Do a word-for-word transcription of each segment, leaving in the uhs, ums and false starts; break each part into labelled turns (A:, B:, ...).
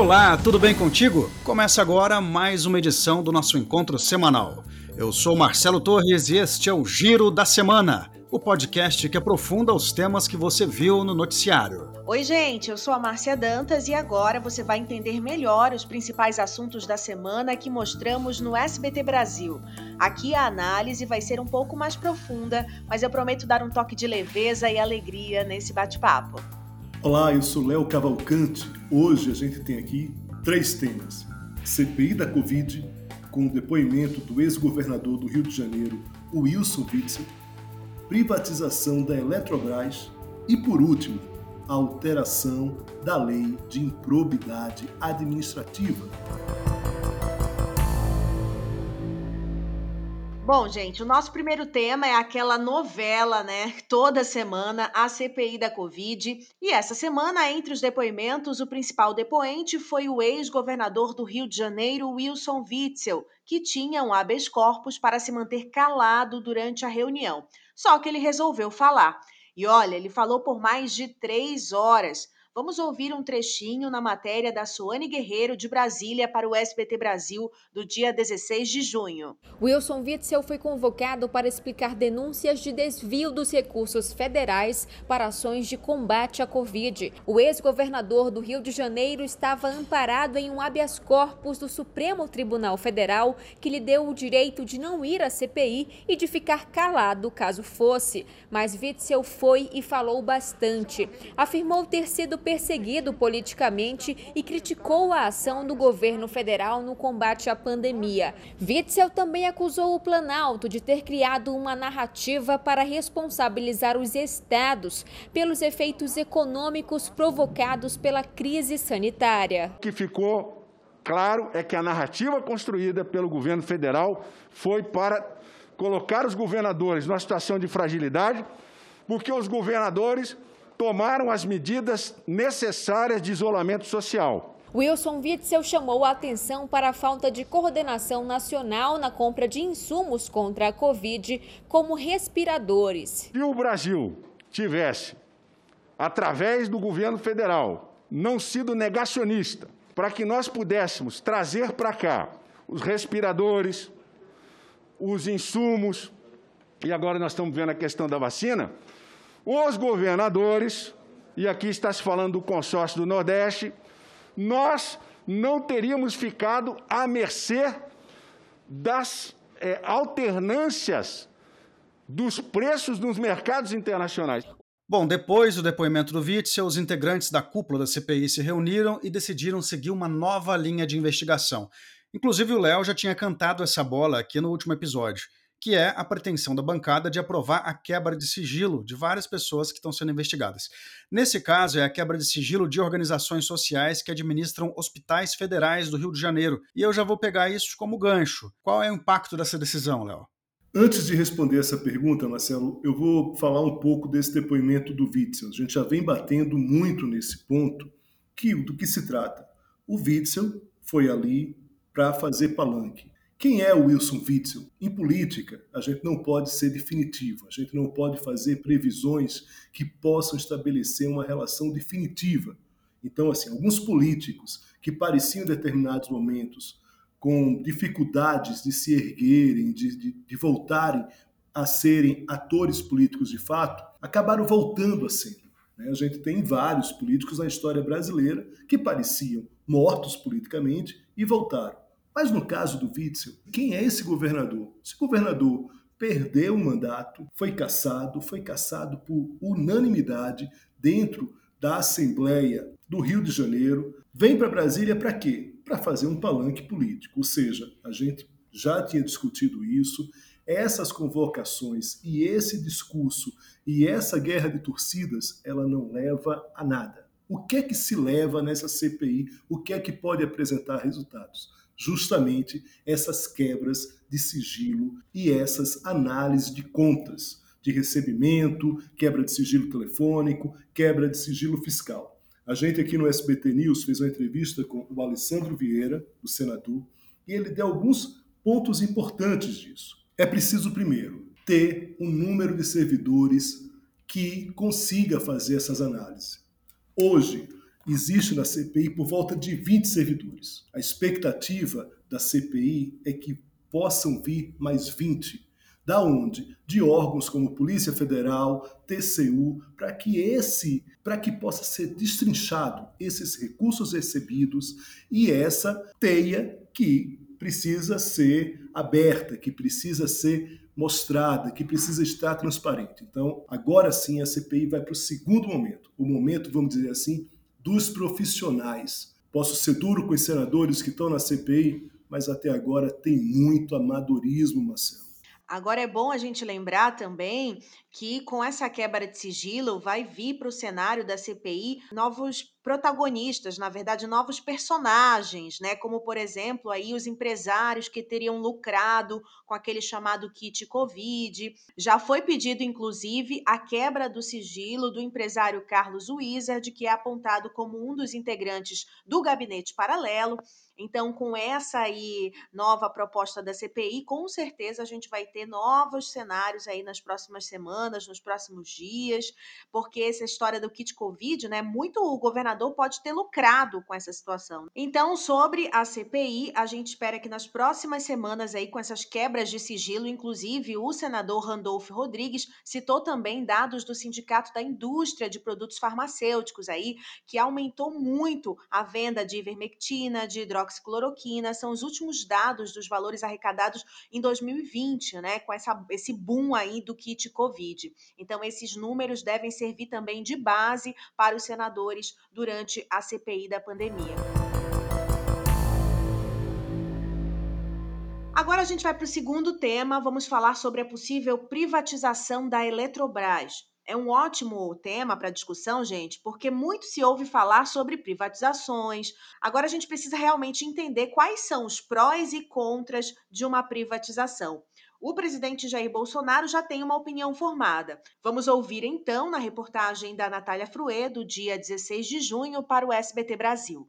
A: Olá, tudo bem contigo? Começa agora mais uma edição do nosso encontro semanal. Eu sou Marcelo Torres e este é o Giro da Semana, o podcast que aprofunda os temas que você viu no noticiário.
B: Oi, gente, eu sou a Márcia Dantas e agora você vai entender melhor os principais assuntos da semana que mostramos no S B T Brasil. Aqui a análise vai ser um pouco mais profunda, mas eu prometo dar um toque de leveza e alegria nesse bate-papo.
C: Olá, eu sou Léo Cavalcante. Hoje a gente tem aqui três temas. C P I da Covid, com o depoimento do ex-governador do Rio de Janeiro, Wilson Witzel, privatização da Eletrobras e, por último, a alteração da lei de improbidade administrativa.
B: Bom, gente, o nosso primeiro tema é aquela novela, né? Toda semana, a C P I da Covid. E essa semana, entre os depoimentos, o principal depoente foi o ex-governador do Rio de Janeiro, Wilson Witzel, que tinha um habeas corpus para se manter calado durante a reunião. Só que ele resolveu falar. E olha, ele falou por mais de três horas. Vamos ouvir um trechinho na matéria da Suane Guerreiro, de Brasília, para o S B T Brasil, do dia dezesseis de junho.
D: Wilson Witzel foi convocado para explicar denúncias de desvio dos recursos federais para ações de combate à Covid. O ex-governador do Rio de Janeiro estava amparado em um habeas corpus do Supremo Tribunal Federal, que lhe deu o direito de não ir à C P I e de ficar calado caso fosse. Mas Witzel foi e falou bastante. Afirmou ter sido perseguido politicamente e criticou a ação do governo federal no combate à pandemia. Witzel também acusou o Planalto de ter criado uma narrativa para responsabilizar os estados pelos efeitos econômicos provocados pela crise sanitária.
E: O que ficou claro é que a narrativa construída pelo governo federal foi para colocar os governadores numa situação de fragilidade, porque os governadores tomaram as medidas necessárias de isolamento social.
D: Wilson Witzel chamou a atenção para a falta de coordenação nacional na compra de insumos contra a Covid, como respiradores.
E: Se o Brasil tivesse, através do governo federal, não sido negacionista, para que nós pudéssemos trazer para cá os respiradores, os insumos, e agora nós estamos vendo a questão da vacina, os governadores, e aqui está se falando do consórcio do Nordeste, nós não teríamos ficado à mercê das é, alternâncias dos preços nos mercados internacionais.
A: Bom, depois do depoimento do Witzel, os integrantes da cúpula da C P I se reuniram e decidiram seguir uma nova linha de investigação. Inclusive o Léo já tinha cantado essa bola aqui no último episódio, que é a pretensão da bancada de aprovar a quebra de sigilo de várias pessoas que estão sendo investigadas. Nesse caso, é a quebra de sigilo de organizações sociais que administram hospitais federais do Rio de Janeiro. E eu já vou pegar isso como gancho. Qual é o impacto dessa decisão, Léo?
C: Antes de responder essa pergunta, Marcelo, eu vou falar um pouco desse depoimento do Witzel. A gente já vem batendo muito nesse ponto que, do que se trata. O Witzel foi ali para fazer palanque. Quem é o Wilson Witzel? Em política, a gente não pode ser definitivo, a gente não pode fazer previsões que possam estabelecer uma relação definitiva. Então, assim, alguns políticos que pareciam em determinados momentos com dificuldades de se erguerem, de, de, de voltarem a serem atores políticos de fato, acabaram voltando a ser. Né? A gente tem vários políticos na história brasileira que pareciam mortos politicamente e voltaram. Mas no caso do Witzel, quem é esse governador? Esse governador perdeu o mandato, foi cassado, foi cassado por unanimidade dentro da Assembleia do Rio de Janeiro. Vem para Brasília para quê? Para fazer um palanque político. Ou seja, a gente já tinha discutido isso. Essas convocações e esse discurso e essa guerra de torcidas, ela não leva a nada. O que é que se leva nessa C P I? O que é que pode apresentar resultados? Justamente essas quebras de sigilo e essas análises de contas, de recebimento, quebra de sigilo telefônico, quebra de sigilo fiscal. A gente aqui no S B T News fez uma entrevista com o Alessandro Vieira, o senador, e ele deu alguns pontos importantes disso. É preciso, primeiro, ter um número de servidores que consiga fazer essas análises. Hoje, existe na C P I por volta de vinte servidores. A expectativa da C P I é que possam vir mais vinte. Da onde? De órgãos como Polícia Federal, T C U, para que esse, para que possa ser destrinchado esses recursos recebidos e essa teia que precisa ser aberta, que precisa ser mostrada, que precisa estar transparente. Então, agora sim a C P I vai para o segundo momento, o momento, vamos dizer assim, dos profissionais. Posso ser duro com os senadores que estão na C P I, mas até agora tem muito amadorismo, Marcelo.
B: Agora é bom a gente lembrar também que com essa quebra de sigilo vai vir para o cenário da C P I novos protagonistas, na verdade, novos personagens, né? Como, por exemplo, aí os empresários que teriam lucrado com aquele chamado kit Covid. Já foi pedido, inclusive, a quebra do sigilo do empresário Carlos Wizard, que é apontado como um dos integrantes do gabinete paralelo. Então, com essa aí nova proposta da C P I, com certeza a gente vai ter novos cenários aí nas próximas semanas, nos próximos dias, porque essa história do kit Covid, né, muito o governador pode ter lucrado com essa situação. Então, sobre a C P I, a gente espera que nas próximas semanas aí, com essas quebras de sigilo, inclusive o senador Randolfo Rodrigues citou também dados do Sindicato da Indústria de Produtos Farmacêuticos aí, que aumentou muito a venda de ivermectina, de hidroxicloroquina, são os últimos dados dos valores arrecadados em dois mil e vinte, né, com essa, esse boom aí do kit Covid. Então, esses números devem servir também de base para os senadores durante a C P I da pandemia. Agora a gente vai para o segundo tema, vamos falar sobre a possível privatização da Eletrobras. É um ótimo tema para discussão, gente, porque muito se ouve falar sobre privatizações. Agora a gente precisa realmente entender quais são os prós e contras de uma privatização. O presidente Jair Bolsonaro já tem uma opinião formada. Vamos ouvir então na reportagem da Natália Fruê, do dia dezesseis de junho, para o S B T Brasil.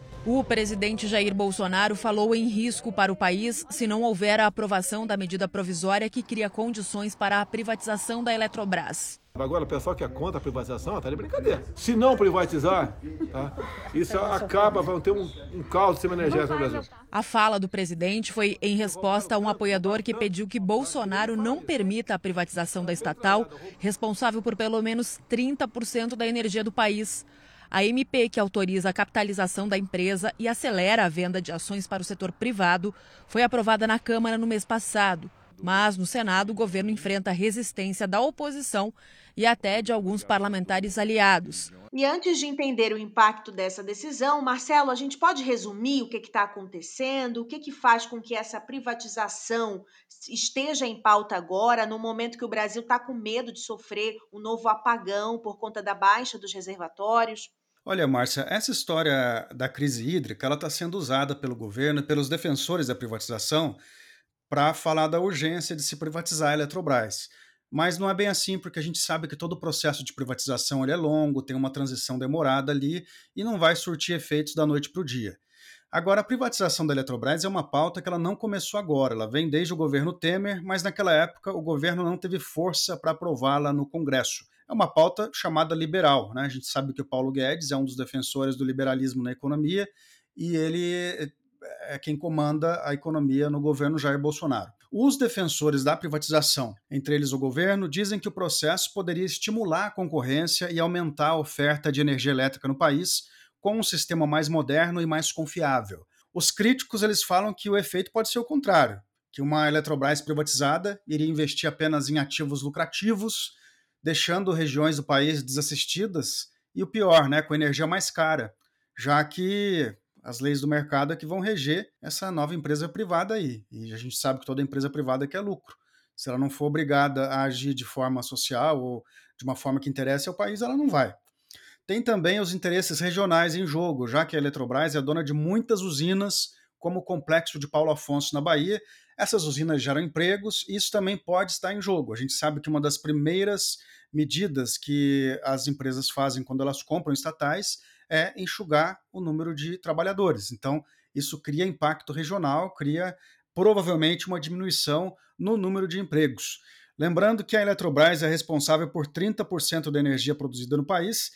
F: O presidente Jair Bolsonaro falou em risco para o país se não houver a aprovação da medida provisória que cria condições para a privatização da Eletrobras.
G: Agora, o pessoal que é contra a privatização está de brincadeira. Se não privatizar, tá, isso acaba, vai ter um, um caos de sistema energético no Brasil.
F: A fala do presidente foi em resposta a um apoiador que pediu que Bolsonaro não permita a privatização da estatal, responsável por pelo menos trinta por cento da energia do país. A M P, que autoriza a capitalização da empresa e acelera a venda de ações para o setor privado, foi aprovada na Câmara no mês passado. Mas, no Senado, o governo enfrenta a resistência da oposição e até de alguns parlamentares aliados.
B: E antes de entender o impacto dessa decisão, Marcelo, a gente pode resumir o que está acontecendo, o que, que faz com que essa privatização esteja em pauta agora, no momento que o Brasil está com medo de sofrer um novo apagão por conta da baixa dos reservatórios?
A: Olha, Márcia, essa história da crise hídrica ela está sendo usada pelo governo e pelos defensores da privatização para falar da urgência de se privatizar a Eletrobras. Mas não é bem assim, porque a gente sabe que todo o processo de privatização ele é longo, tem uma transição demorada ali e não vai surtir efeitos da noite para o dia. Agora, a privatização da Eletrobras é uma pauta que ela não começou agora, ela vem desde o governo Temer, mas naquela época o governo não teve força para aprová-la no Congresso. É uma pauta chamada liberal, né? A gente sabe que o Paulo Guedes é um dos defensores do liberalismo na economia e ele é quem comanda a economia no governo Jair Bolsonaro. Os defensores da privatização, entre eles o governo, dizem que o processo poderia estimular a concorrência e aumentar a oferta de energia elétrica no país com um sistema mais moderno e mais confiável. Os críticos eles falam que o efeito pode ser o contrário, que uma Eletrobras privatizada iria investir apenas em ativos lucrativos, deixando regiões do país desassistidas e o pior, né, com energia mais cara, já que as leis do mercado é que vão reger essa nova empresa privada aí. E a gente sabe que toda empresa privada quer lucro. Se ela não for obrigada a agir de forma social ou de uma forma que interesse ao país, ela não vai. Tem também os interesses regionais em jogo, já que a Eletrobras é dona de muitas usinas, como o complexo de Paulo Afonso, na Bahia. Essas usinas geram empregos e isso também pode estar em jogo. A gente sabe que uma das primeiras medidas que as empresas fazem quando elas compram estatais é enxugar o número de trabalhadores. Então, isso cria impacto regional, cria provavelmente uma diminuição no número de empregos. Lembrando que a Eletrobras é responsável por trinta por cento da energia produzida no país,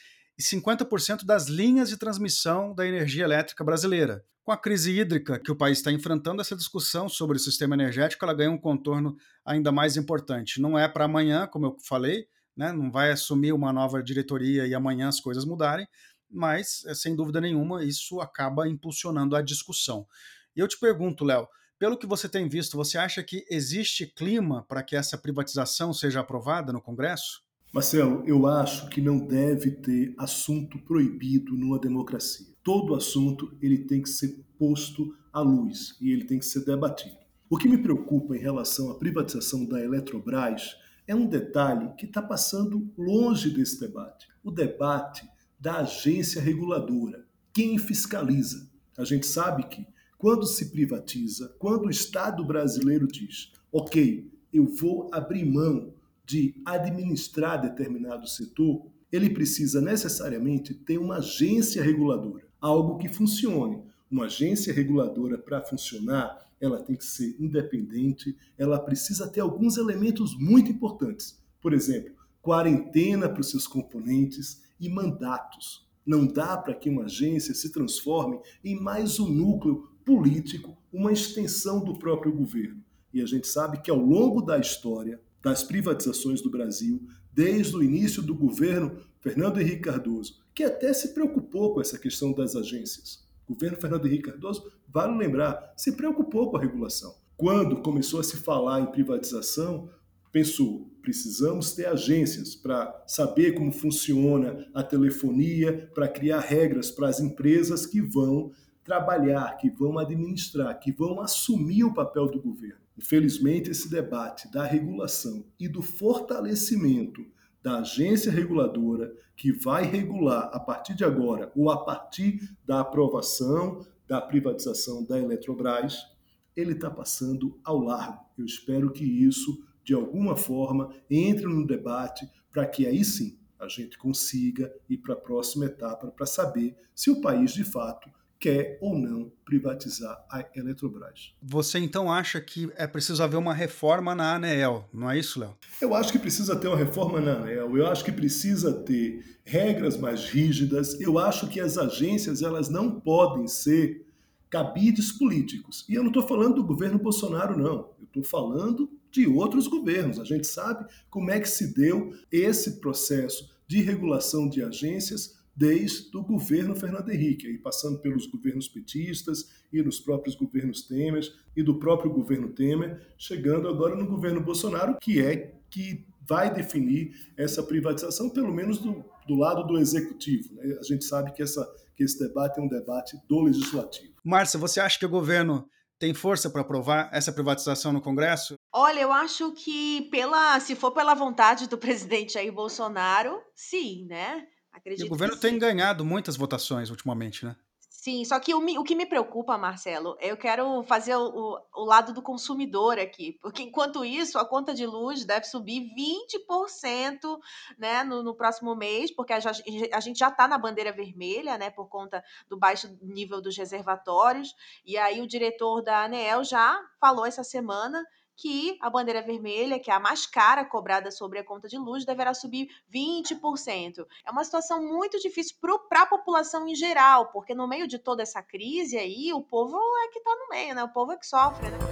A: e cinquenta por cento das linhas de transmissão da energia elétrica brasileira. Com a crise hídrica que o país está enfrentando, essa discussão sobre o sistema energético ela ganha um contorno ainda mais importante. Não é para amanhã, como eu falei, né? Não vai assumir uma nova diretoria e amanhã as coisas mudarem, mas, sem dúvida nenhuma, isso acaba impulsionando a discussão. E eu te pergunto, Léo, pelo que você tem visto, você acha que existe clima para que essa privatização seja aprovada no Congresso?
C: Marcelo, eu acho que não deve ter assunto proibido numa democracia. Todo assunto ele tem que ser posto à luz e ele tem que ser debatido. O que me preocupa em relação à privatização da Eletrobras é um detalhe que está passando longe desse debate. O debate da agência reguladora. Quem fiscaliza? A gente sabe que quando se privatiza, quando o Estado brasileiro diz, ok, eu vou abrir mão de administrar determinado setor, ele precisa necessariamente ter uma agência reguladora, algo que funcione. Uma agência reguladora, para funcionar, ela tem que ser independente, ela precisa ter alguns elementos muito importantes. Por exemplo, quarentena para os seus componentes e mandatos. Não dá para que uma agência se transforme em mais um núcleo político, uma extensão do próprio governo. E a gente sabe que ao longo da história das privatizações do Brasil, desde o início do governo Fernando Henrique Cardoso, que até se preocupou com essa questão das agências. O governo Fernando Henrique Cardoso, vale lembrar, se preocupou com a regulação. Quando começou a se falar em privatização, pensou, precisamos ter agências para saber como funciona a telefonia, para criar regras para as empresas que vão trabalhar, que vão administrar, que vão assumir o papel do governo. Infelizmente, esse debate da regulação e do fortalecimento da agência reguladora, que vai regular a partir de agora, ou a partir da aprovação da privatização da Eletrobras, ele está passando ao largo. Eu espero que isso, de alguma forma, entre no debate para que aí sim a gente consiga ir para a próxima etapa para saber se o país, de fato, quer ou não privatizar a Eletrobras.
A: Você então acha que é preciso haver uma reforma na ANEEL, não é isso, Léo?
C: Eu acho que precisa ter uma reforma na ANEEL, eu acho que precisa ter regras mais rígidas, eu acho que as agências elas não podem ser cabides políticos. E eu não estou falando do governo Bolsonaro, não. Eu estou falando de outros governos. A gente sabe como é que se deu esse processo de regulação de agências desde o governo Fernando Henrique, aí passando pelos governos petistas e nos próprios governos Temer e do próprio governo Temer, chegando agora no governo Bolsonaro, que é que vai definir essa privatização, pelo menos do, do lado do executivo. Né? A gente sabe que, essa, que esse debate é um debate do legislativo.
A: Márcia, você acha que o governo tem força para aprovar essa privatização no Congresso?
B: Olha, eu acho que pela, se for pela vontade do presidente Jair Bolsonaro, sim, né?
A: E o
B: Acredito
A: governo
B: que
A: tem
B: sim.
A: ganhado muitas votações ultimamente, né?
B: Sim, só que o, me- o que me preocupa, Marcelo, eu quero fazer o, o- o lado do consumidor aqui, porque enquanto isso, a conta de luz deve subir vinte por cento, né, no, no próximo mês, porque a, já- a gente já está na bandeira vermelha, né, por conta do baixo nível dos reservatórios, e aí o diretor da ANEEL já falou essa semana que a bandeira vermelha, que é a mais cara cobrada sobre a conta de luz, deverá subir vinte por cento. É uma situação muito difícil para a população em geral, porque no meio de toda essa crise aí, o povo é que está no meio, né? O povo é que sofre, né?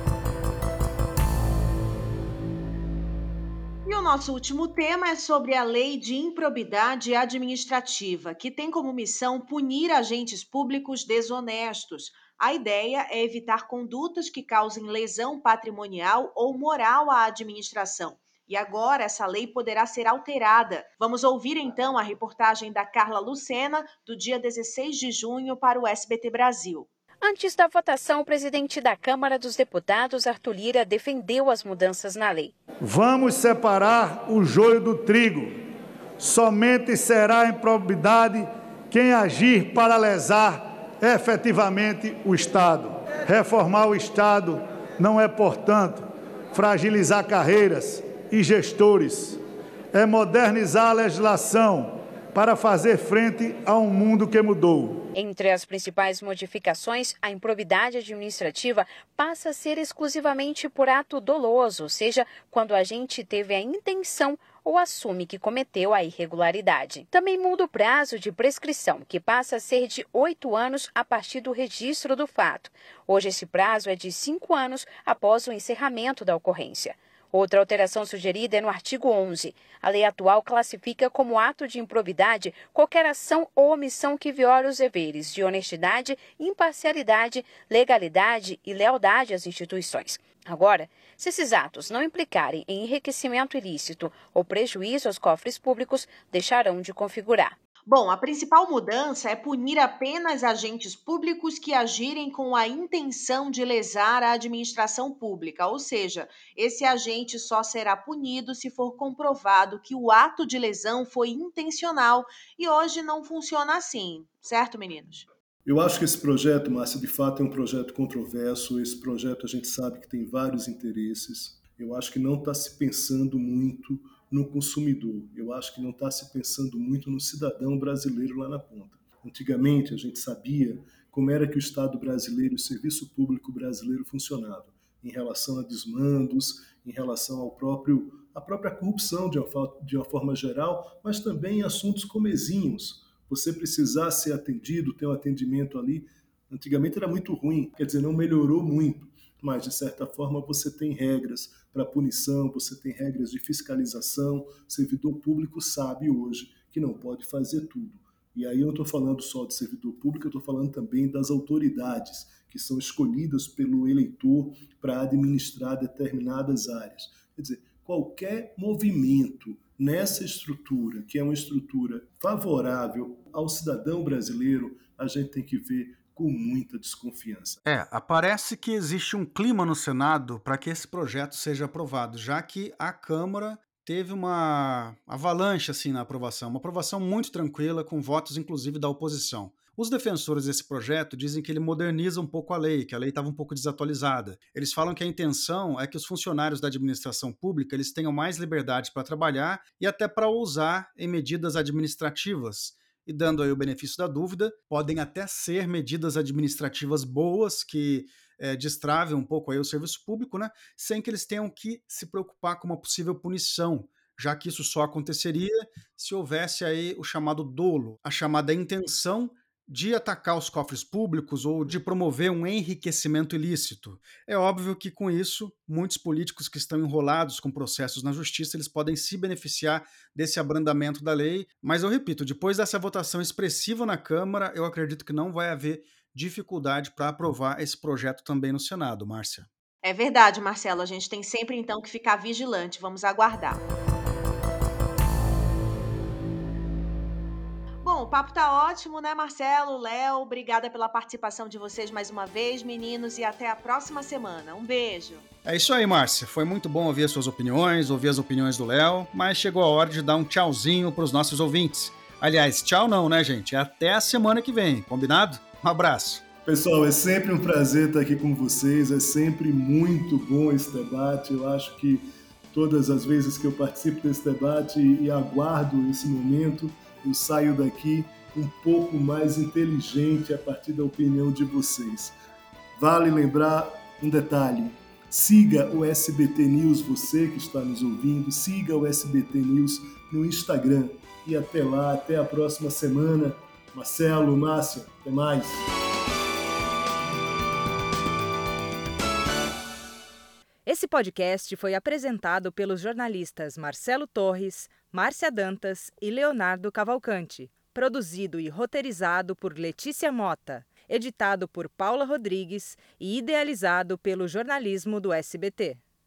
B: E o nosso último tema é sobre a Lei de Improbidade Administrativa, que tem como missão punir agentes públicos desonestos. A ideia é evitar condutas que causem lesão patrimonial ou moral à administração. E agora essa lei poderá ser alterada. Vamos ouvir então a reportagem da Carla Lucena, do dia dezesseis de junho, para o S B T Brasil.
H: Antes da votação, o presidente da Câmara dos Deputados, Arthur Lira, defendeu as mudanças na lei.
I: Vamos separar o joio do trigo. Somente será improbidade quem agir para lesar efetivamente o Estado. Reformar o Estado não é, portanto, fragilizar carreiras e gestores. É modernizar a legislação para fazer frente a um mundo que mudou.
H: Entre as principais modificações, a improbidade administrativa passa a ser exclusivamente por ato doloso, ou seja, quando o agente teve a intenção ou assume que cometeu a irregularidade. Também muda o prazo de prescrição, que passa a ser de oito anos a partir do registro do fato. Hoje esse prazo é de cinco anos após o encerramento da ocorrência. Outra alteração sugerida é no artigo onze. A lei atual classifica como ato de improbidade qualquer ação ou omissão que viole os deveres de honestidade, imparcialidade, legalidade e lealdade às instituições. Agora, se esses atos não implicarem em enriquecimento ilícito ou prejuízo aos cofres públicos, deixarão de configurar.
B: Bom, a principal mudança é punir apenas agentes públicos que agirem com a intenção de lesar a administração pública, ou seja, esse agente só será punido se for comprovado que o ato de lesão foi intencional e hoje não funciona assim, certo, meninos?
C: Eu acho que esse projeto, Márcia, de fato é um projeto controverso. Esse projeto a gente sabe que tem vários interesses. Eu acho que não está se pensando muito no consumidor. Eu acho que não está se pensando muito no cidadão brasileiro lá na ponta. Antigamente, a gente sabia como era que o Estado brasileiro, o serviço público brasileiro funcionava, em relação a desmandos, em relação ao próprio, à própria corrupção de uma, de uma forma geral, mas também em assuntos comezinhos. Você precisar ser atendido, ter um atendimento ali, antigamente era muito ruim, quer dizer, não melhorou muito. Mas, de certa forma, você tem regras para punição, você tem regras de fiscalização. O servidor público sabe hoje que não pode fazer tudo. E aí eu não estou falando só de servidor público, eu estou falando também das autoridades que são escolhidas pelo eleitor para administrar determinadas áreas. Quer dizer, qualquer movimento nessa estrutura, que é uma estrutura favorável ao cidadão brasileiro, a gente tem que ver com muita desconfiança.
A: É, parece que existe um clima no Senado para que esse projeto seja aprovado, já que a Câmara teve uma avalanche assim, na aprovação, uma aprovação muito tranquila, com votos inclusive da oposição. Os defensores desse projeto dizem que ele moderniza um pouco a lei, que a lei estava um pouco desatualizada. Eles falam que a intenção é que os funcionários da administração pública eles tenham mais liberdade para trabalhar e até para usar em medidas administrativas. E dando aí o benefício da dúvida, podem até ser medidas administrativas boas que é, destravem um pouco aí o serviço público, né, sem que eles tenham que se preocupar com uma possível punição, já que isso só aconteceria se houvesse aí o chamado dolo, a chamada intenção de atacar os cofres públicos ou de promover um enriquecimento ilícito. É óbvio que com isso, muitos políticos que estão enrolados com processos na justiça, eles podem se beneficiar desse abrandamento da lei, mas eu repito, depois dessa votação expressiva na Câmara, eu acredito que não vai haver dificuldade para aprovar esse projeto também no Senado, Márcia.
B: É verdade, Marcelo, a gente tem sempre então que ficar vigilante, vamos aguardar. Bom, o papo tá ótimo, né, Marcelo, Léo? Obrigada pela participação de vocês mais uma vez, meninos, e até a próxima semana. Um beijo.
A: É isso aí, Márcia. Foi muito bom ouvir as suas opiniões, ouvir as opiniões do Léo, mas chegou a hora de dar um tchauzinho para os nossos ouvintes. Aliás, tchau não, né, gente? Até a semana que vem, combinado? Um abraço.
C: Pessoal, é sempre um prazer estar aqui com vocês, é sempre muito bom esse debate. Eu acho que todas as vezes que eu participo desse debate e aguardo esse momento, eu saio daqui um pouco mais inteligente a partir da opinião de vocês. Vale lembrar um detalhe, siga o S B T News, você que está nos ouvindo, siga o S B T News no Instagram. E até lá, até a próxima semana. Marcelo, Márcia, até mais.
J: Esse podcast foi apresentado pelos jornalistas Marcelo Torres, Márcia Dantas e Leonardo Cavalcante. Produzido e roteirizado por Letícia Mota. Editado por Paula Rodrigues e idealizado pelo jornalismo do S B T.